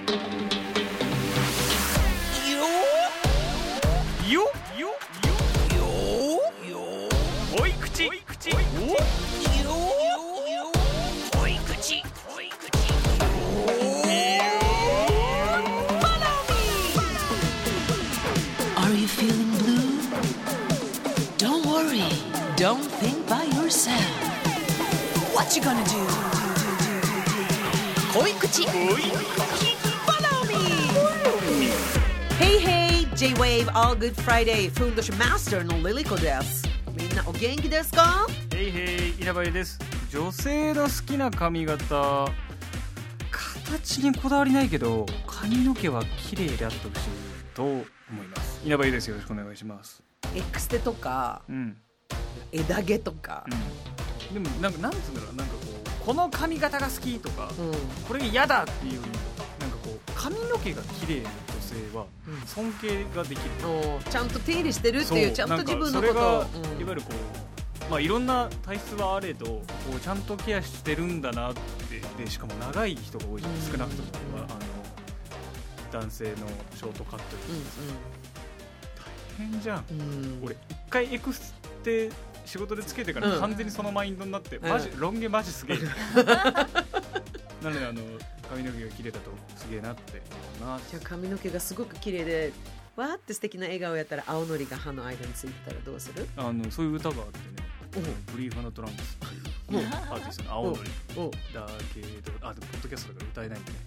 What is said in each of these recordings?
Don't think by yourself. What you gonna do? 恋口 Follow me. Hey hey, J-Wave All Good Friday. ふんどしマスターのリリコです。みんなお元気ですか？ Hey hey、稲葉です。女性の好きな髪型、形にこだわりないけど髪の毛は綺麗であってほしいと思います。稲葉です。よろしくお願いします。 エクステとか、枝毛とか、 でもなんつうんだろう、なんかこの髪型が好きとか、これ嫌だっていうよりなんかこう髪の毛が綺麗な女性は尊敬ができる、 ちゃんと手入れしてるっていう、ちゃんと自分のことを、 それがいわゆるこう、まあいろんな体質はあれどこうちゃんとケアしてるんだなって。でしかも長い人が多いじゃん、少なくとも、男性のショートカットに、大変じゃん、俺一回エクステ仕事でつけてから完全にそのマインドになって、マジロン毛マジすげえなので髪の毛が綺麗だとすげえなって思います。 じゃあ髪の毛がすごく綺麗でわーって素敵な笑顔やったら青のりが歯の間についてたらどうする？ そういう歌があってね、ブリーファナトランプスっていうアーティストの青のりだけど、でもポッドキャストだから歌えないんでね、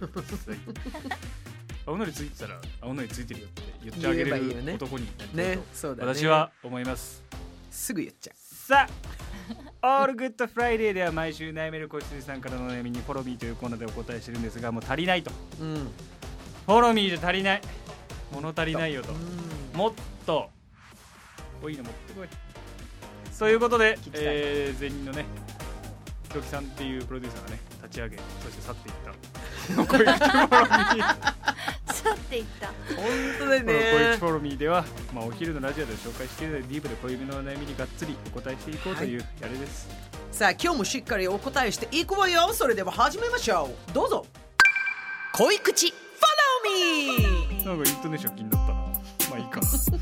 青のりついてたら青のりついてるよって言ってあげれる男になりたいと私は思います。 すぐ言っちゃう。 さあAll Good Friday では毎週悩める子羊さんからの悩みにフォローミーというコーナーでお答えしてるんですが、もう足りないと、フォローミーじゃ足りない、物足りないよと、もっといいの持ってこいということで、前任のねひろきさんっていうプロデューサーがね立ち上げ、そして去っていった恋口フォローミー去っていった本当だね。 恋口フォローミーでは、お昼のラジオで紹介しているディープで恋人の悩みにがっつりお答えしていこうというやれです。 さあ今日もしっかりお答えしていくわよ。それでは始めましょう。どうぞ。恋口フォローミー。 なんかイントネーション気になったな。まあいいか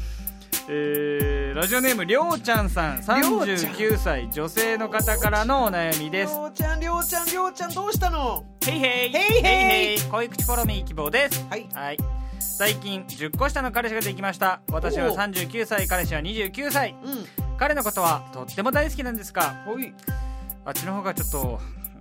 ラジオネームりょうちゃんさん、39歳女性の方からのお悩みです。 りょうちゃんどうしたの？ へいへい恋口フォローミー希望です。はい、最近10個下の彼氏ができました。私は39歳、彼氏は29歳、彼のことはとっても大好きなんですが、あっちの方がちょっと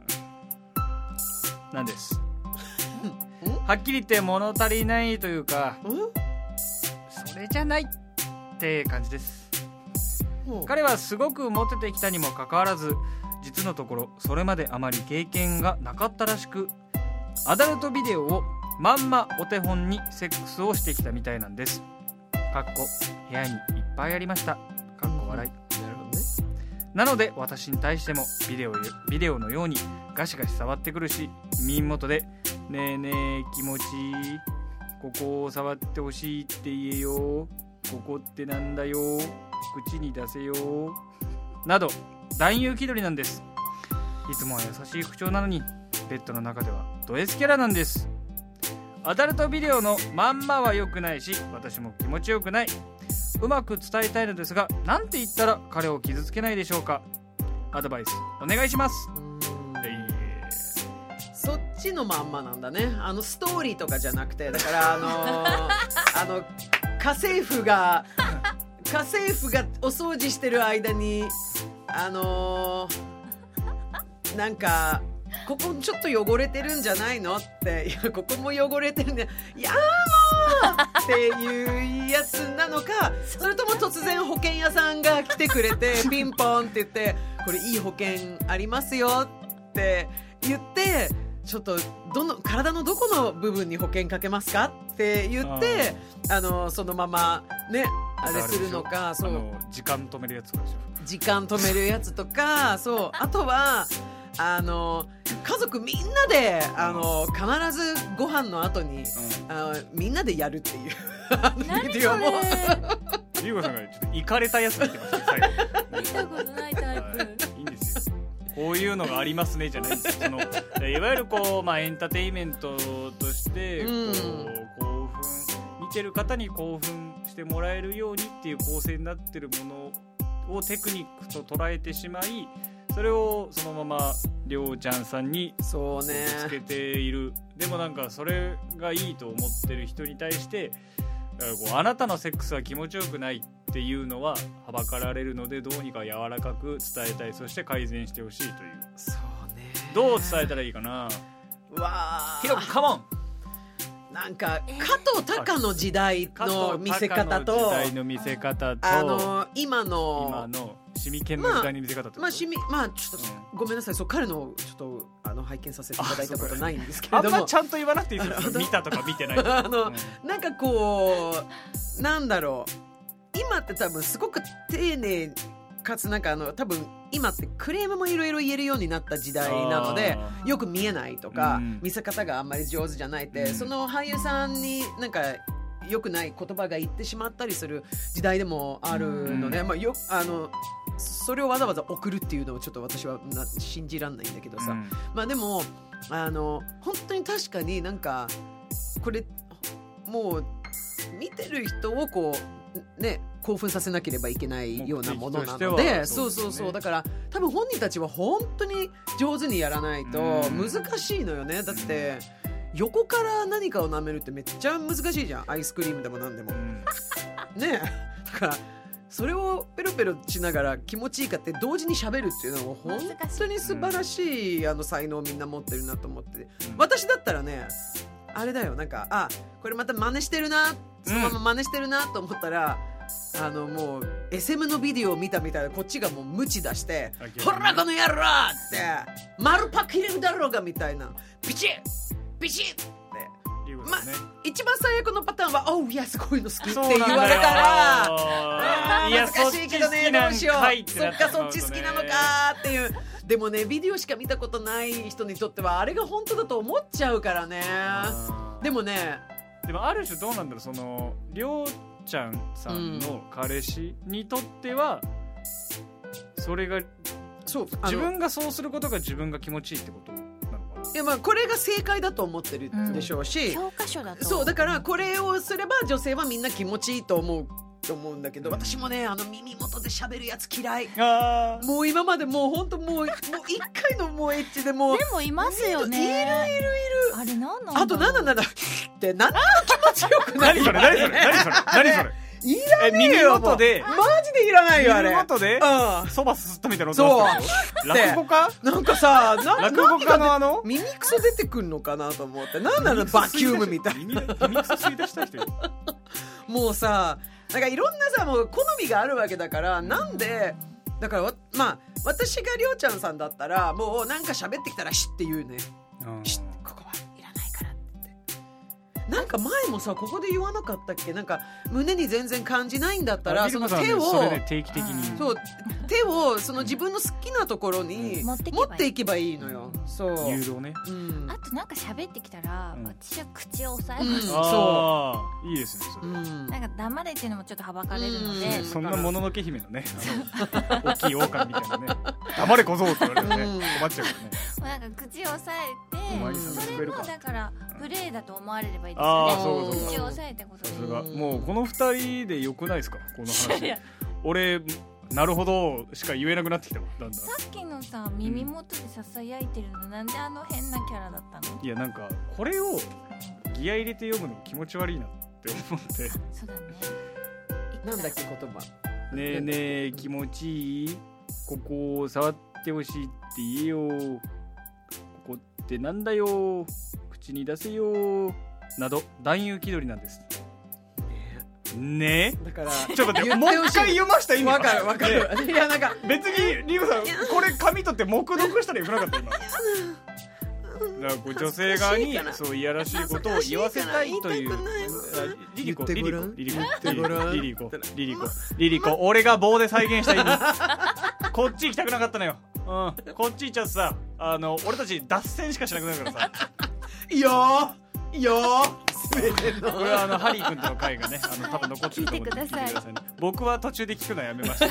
なんですはっきり言って物足りないというか、それじゃないって感じです。彼はすごくモテてきたにもかかわらず、実のところそれまであまり経験がなかったらしく、アダルトビデオをまんまお手本にセックスをしてきたみたいなんです。かっこ部屋にいっぱいありました。かっこ笑い。 なるほどね。 なので私に対してもビデオのようにガシガシ触ってくるし、耳元でねえねえ気持ちいい、ここを触ってほしいって言えよ、ここってなんだよ、口に出せよなど男優気取りなんです。いつもは優しい口調なのにベッドの中ではド S キャラなんです。アダルトビデオのまんまは良くないし、私も気持ちよくない。うまく伝えたいのですが、なんて言ったら彼を傷つけないでしょうか。アドバイスお願いします。 そっちのまんまなんだね。ストーリーとかじゃなくて、だから家政婦がお掃除してる間になんかここちょっと汚れてるんじゃないのって、いやここも汚れてるんで、いやもうっていうやつなのか、それとも突然保険屋さんが来てくれてピンポンって言って、これいい保険ありますよって言って、ちょっと体のどこの部分に保険かけますかって言って、そのままねあれするのか、そう時間止めるやつとかでしょ。 時間止めるやつとか、そうあとは家族みんなで必ずご飯の後に、みんなでやるっていうビデオもリュウゴさんがちょっとイカれたやつ見てました最後。 見たことないタイプ。 いいんですよ、こういうのがありますねじゃないんですよ。いわゆるこう、エンターテインメントとしして、こう興奮見てる方に興奮してもらえるようにっていう構成になってるものをテクニックと捉えてしまい、それをそのままりょうちゃんさんにそうねつけている。でもなんかそれがいいと思ってる人に対してこうあなたのセックスは気持ちよくないっていうのははばかられるので、どうにか柔らかく伝えたい、そして改善してほしいという。 そうねどう伝えたらいいかな。 うわヒロカモン。 なんか加藤鷹の時代の見せ方と時代の見せ方と今のシミケンの時代の見せ方と、 まあちょっと、ごめんなさい、そう彼のちょっと拝見させていただいたことないんですけれども、 あんまちゃんと言わなくていいですよ。見たとか見てないとかなんかこうなんだろう、今って多分すごく丁寧かつなんか多分今ってクレームもいろいろ言えるようになった時代なので、よく見えないとか、見せ方があんまり上手じゃないって、その俳優さんになんか良くない言葉が言ってしまったりする時代でもあるので、それをわざわざ送るっていうのをちょっと私は信じらんないんだけどさ、まあでも本当に確かになんかこれもう見てる人をこうね興奮させなければいけないようなものなので、そうだから多分本人たちは本当に上手にやらないと難しいのよね。だって横から何かを舐めるってめっちゃ難しいじゃん、アイスクリームでも何でもね。だからそれをペロペロしながら気持ちいいかって同時に喋るっていうのは本当に素晴らしい才能をみんな持ってるなと思って、私だったらねあれだよ、なんかこれまた真似してるな、そのまま真似してるなと思ったら、もう SM のビデオを見たみたいな、こっちがもう無知出してほらこの野郎って丸パク入れるだろうがみたいな、ピチッピチッって、一番最悪のパターンはおういやすごいの好きって言われたら、難しいけどね、どうしよう、そっかそっち好きなのかっていう。でもねビデオしか見たことない人にとってはあれが本当だと思っちゃうからね。でもある種どうなんだろう、そのりょうちゃんさんの彼氏にとっては、それが自分がそうすることが自分が気持ちいいってことなのかな。 いや、まあこれが正解だと思ってるでしょうし、 教科書だとそうだからこれをすれば女性はみんな気持ちいいと思うんだけど、私もね耳元で喋るやつ嫌い。もう今までもう本当もう一回のもうエッチでもでもいますよね。 いるあれなんなんだろう。 あとなんって何の気持ちよくない。 何それいらねえよ、耳元でマジでいらないよあれ。 耳元でそばすすったみたいな音がする。落語家なんかさ、 落語家の耳クソ出てくんのかなと思って、なんなのバキュームみたいな。 耳クソ吸い出した人もうさ、なんかいろんなさもう好みがあるわけだから、なんでだからまあ私がりょうちゃんさんだったらもうなんか喋ってきたらシッって言うね。シッ、ここはいらないからって。なんか前もさここで言わなかったっけ、なんか胸に全然感じないんだったらその手をそれで定期的にそう手をその自分の好きなところに持っていけばいいのよ。そう誘導ね。 あとなんか喋ってきたら私は口を押さえます。 そういいですねそれ。 なんか黙れっていうのもちょっとはばかれるので、 そんなもののけ姫のね大きい狼みたいなね、黙れ小僧って言われるとね困っちゃうからね。 なんか口を押さえて、それもだからプレーだと思われればいいですよね。口を押さえてことで。 もうこの二人で良くないですかこの話。俺なるほどしか言えなくなってきたわ。だんだんさっきのさ耳元でささやいてるのなんで変なキャラだったの。 いやなんかこれをギア入れて読むの気持ち悪いなって思って。 そうだね。 なんだっけ言葉。 ねえねえ気持ちいい、ここを触ってほしいって言えよ、ここってなんだよ、口に出せよなど男優気取りなんですね。だからちょっと待って、もう一回読ました意味わかる。いやなんか別にリュウさんこれ紙取って黙読したらよくなかった今。だからこう女性側にそういやらしいことを言わせたいという。リリコ俺が棒で再現した意味。こっち行きたくなかったのよ。こっち行っちゃってさ、俺たち脱線しかしなくなるからさ。 いやこれはハリー君との会がね多分残ってると思うんで聞いてくださいね。僕は途中で聞くのやめました。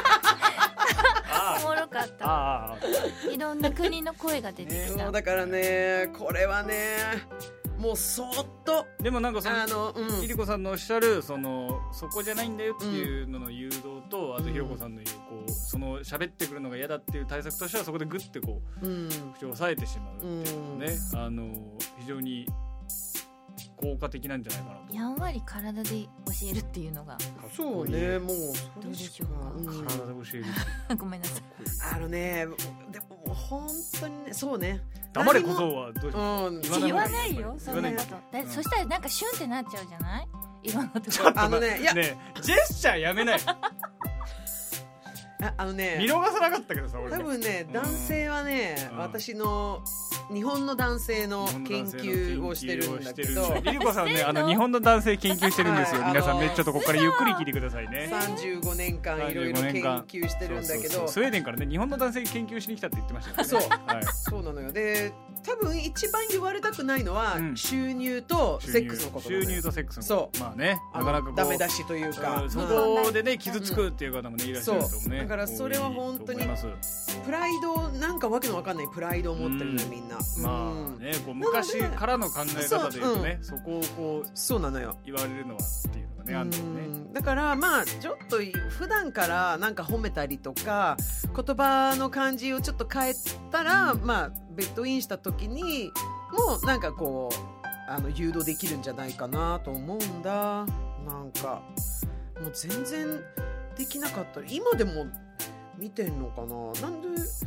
おもろかった。いろんな国の声が出てきた。 だからねこれはねもうそーっとでもなんかそのリリコさんのおっしゃるそこじゃないんだよっていうのの誘導と、あとひろこさんの言うこうその喋ってくるのが嫌だっていう対策としては、そこでグッてこう、口を押さえてしまうっていうのね、非常に効果的なんじゃないかなと。やんわり体で教えるっていうのがそうね、もうどうでしょうか。 体で教えるごめんなさい。 でも本当にね、そうね、 黙れ小僧はどうしよう、言わないよそんなこと。そしたらなんかシュンってなっちゃうじゃない、いろんなところ。いやね、ジェスチャーやめない見逃さなかったけどさ、俺多分ね、男性はね、私の日本の男性の研究をしてるんだけど、 リリコさんね、日本の男性研究してるんですよ。皆さんね、ちょっとここからゆっくり聞いてくださいね。 35年間いろいろ研究してるんだけど、 スウェーデンからね、日本の男性研究しに来たって言ってましたよね。 そうなのよ。で、多分一番言われたくないのは、収入とセックスのこと。 収入とセックスのこと。まあね、なかなかダメ出しというか、 そこでね傷つくっていう方もねいらっしゃると思うね。 だからそれは本当にプライド、なんかわけのわかんないプライドを持ってるのよみんな。 まあね、こう昔からの考え方でいうとね、そこをこうそうなのよ、 言われるのはっていうのがねあるんだよね。 だからまあちょっと普段からなんか褒めたりとか、言葉の感じをちょっと変えたら、まあベッドインした時にもうなんかこう誘導できるんじゃないかなと思うんだ。なんかもう全然できなかったら、今でも見てんのかな。なんで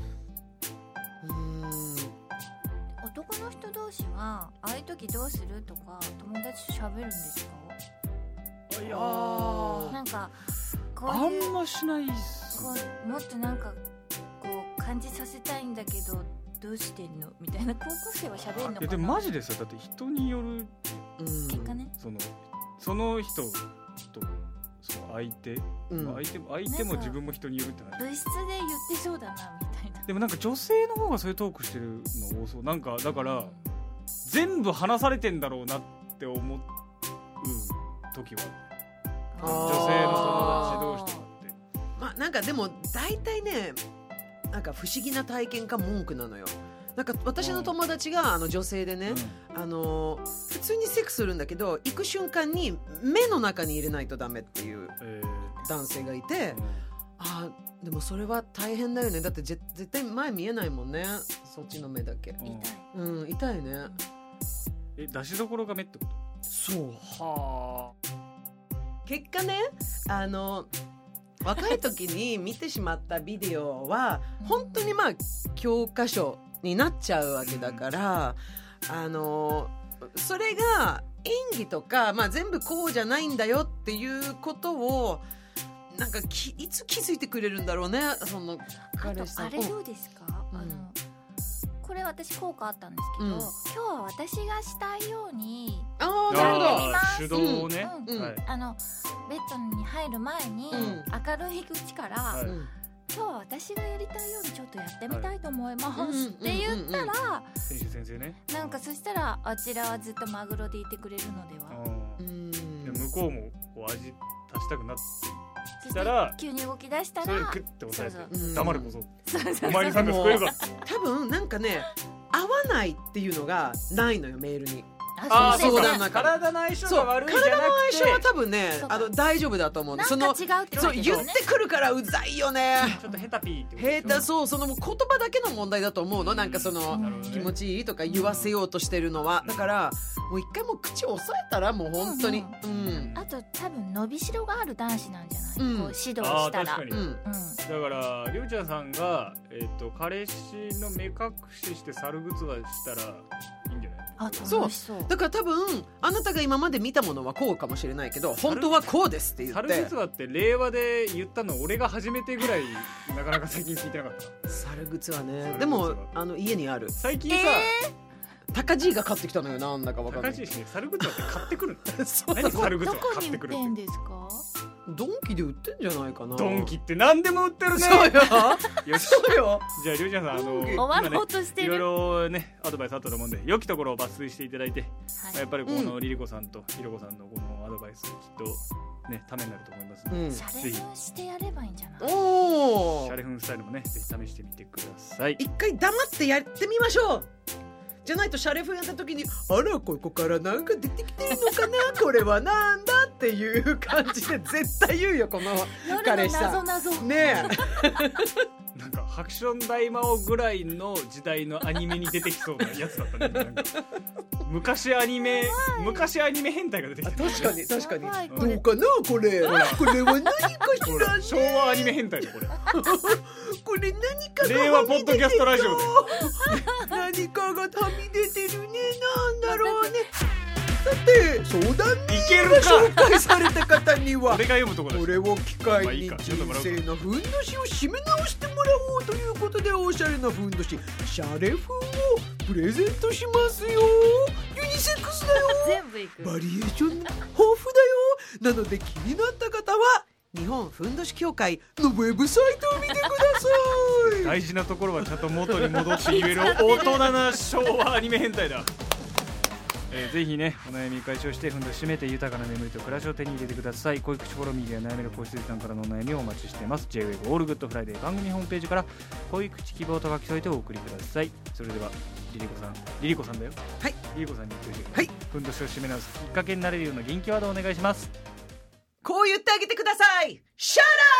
男の人同士はああいう時どうするとか友達と喋るんですか？ いやなんかこういうあんましないっす。 もっとなんかこう感じさせたいんだけどどうしてんのみたいな、高校生は喋るのかな。 でもマジでさ、だって人による、 結果ね、 その人とその相手も自分も人によるってない。 物質で言ってそうだなみたいな。 でもなんか女性の方がそういうトークしてるの多そう。なんかだから、全部話されてんだろうなって思う時は女性の友達同士とかって、 まあなんかでも大体ね、なんか不思議な体験か文句なのよ。なんか私の友達が女性でね、普通にセックスするんだけど、行く瞬間に目の中に入れないとダメっていう男性がいて、でもそれは大変だよね。だって絶対前見えないもんね、そっちの目だけ。痛いね。 出しどころが目ってこと？ そうは結果ね、若い時に見てしまったビデオは本当にまあ教科書になっちゃうわけだから、それが演技とか、まあ、全部こうじゃないんだよっていうことをなんかいつ気づいてくれるんだろうね、その彼氏さん。 あとあれどうですか？これ私効果あったんですけど、今日は私がしたいようになるほど、 手動をね、 ベッドに入る前に明るいうちから、今日は私がやりたいようにちょっとやってみたいと思いますって言ったら、 先生ね、 なんかそしたらあちらはずっとマグロでいてくれるのでは。 向こうもこう味足したくなってしたら急に動き出したらそれクッて押さえて黙るこそお前にさんが聞こえるか。 多分なんかね、合わないっていうのがないのよ、メールに。 そうだな、体の相性が悪いじゃなくて、 体の相性は多分ね大丈夫だと思う。 なんか違うってそう言ってくるからうざいよね。 ちょっとヘタピーってこと。 そう、その言葉だけの問題だと思うの。なんかその気持ちいいとか言わせようとしてるのは。だからもう一回もう口を押さえたらもう本当に。 あと多分伸びしろがある男子なんじゃない？こう指導したら。 確かに。だからりょうちゃんさんが彼氏の目隠しして猿ぐつわしたらいいんじゃない？ そうだから多分あなたが今まで見たものはこうかもしれないけど、本当はこうですって言って。 猿ぐつわって令和で言ったの俺が初めてぐらい、なかなか最近聞いてなかった。 猿ぐつわね。でも家にある。 最近さ、 高Gが買ってきたのよ、なんだかわかんない。 高 G 猿ぐつわって買ってくるの？ そう何猿ぐつわ買ってくるって？ どこに売ってんですか？ ドンキで売ってんじゃないかな。 ドンキって何でも売ってるね。 そうよよし、 そうよ。 じゃありょうちゃんさん終わろうとしてる。 いろいろねアドバイスあったと思うんで、良きところを抜粋していただいて、やっぱりこのリリコさんとひろこさんのこのアドバイスきっとねためになると思いますので、 シャレフンしてやればいいんじゃない？ シャレフンスタイルもねぜひ試してみてください。 一回黙ってやってみましょう。 じゃないとシャレ風やった時にあらここからなんか出てきてるのかなこれはなんだっていう感じで絶対言うよこの彼氏さん。 夜の謎々 ねなんかハクション大魔王ぐらいの時代のアニメに出てきそうなやつだったね。なんか昔アニメ変態が出てきた、ね、 確かに確かに、 やばいどうかなこれこれは何かしらね昭和アニメ変態だこれ。 これ何かが令和ポッドキャストラジオで何かがはみ出てるね。なんだろうね。さて相談いけるがか紹介された方には俺が読むとこだしこれを機会にまあいいか人生のふんどしを締め直してもらおうということでおしゃれなふんどしシャレ風をプレゼントしますよ。ユニセックスだよ。 全部いく。 バリエーション豊富だよ。なので気になった方は日本ふんどし協会のウェブサイトを見てください。 大事なところはちゃんと元に戻って言える大人な昭和アニメ変態だ。ぜひねお悩み解消してふんどし締めて豊かな眠りと暮らしを手に入れてください。恋口フォロミーで悩める子羊さんからのお悩みをお待ちしています。 J-WAVE オールグッドフライデー番組ホームページから恋口希望と書き添えてお送りください。それではリリコさんだよ。 はい、 リリコさんに言っておいて、 はい、 ふんどしを締め直すきっかけになれるような元気ワードをお願いします。 こう言ってあげてください。シャ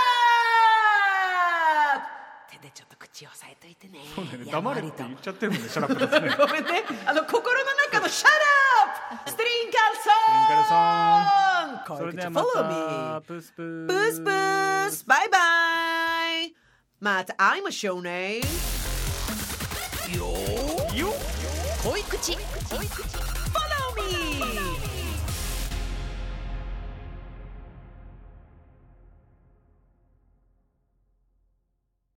ラー手でちょっと口を押さえといてね。 そうだよね、黙れって言っちゃってるもんね。シャラップですね。 ごめんね。心の中のシャラーストリンカルソン。 それではフォローミまー。 たプスプープスプースバイバイ。また会いましょうね。よよ恋口フォローミー。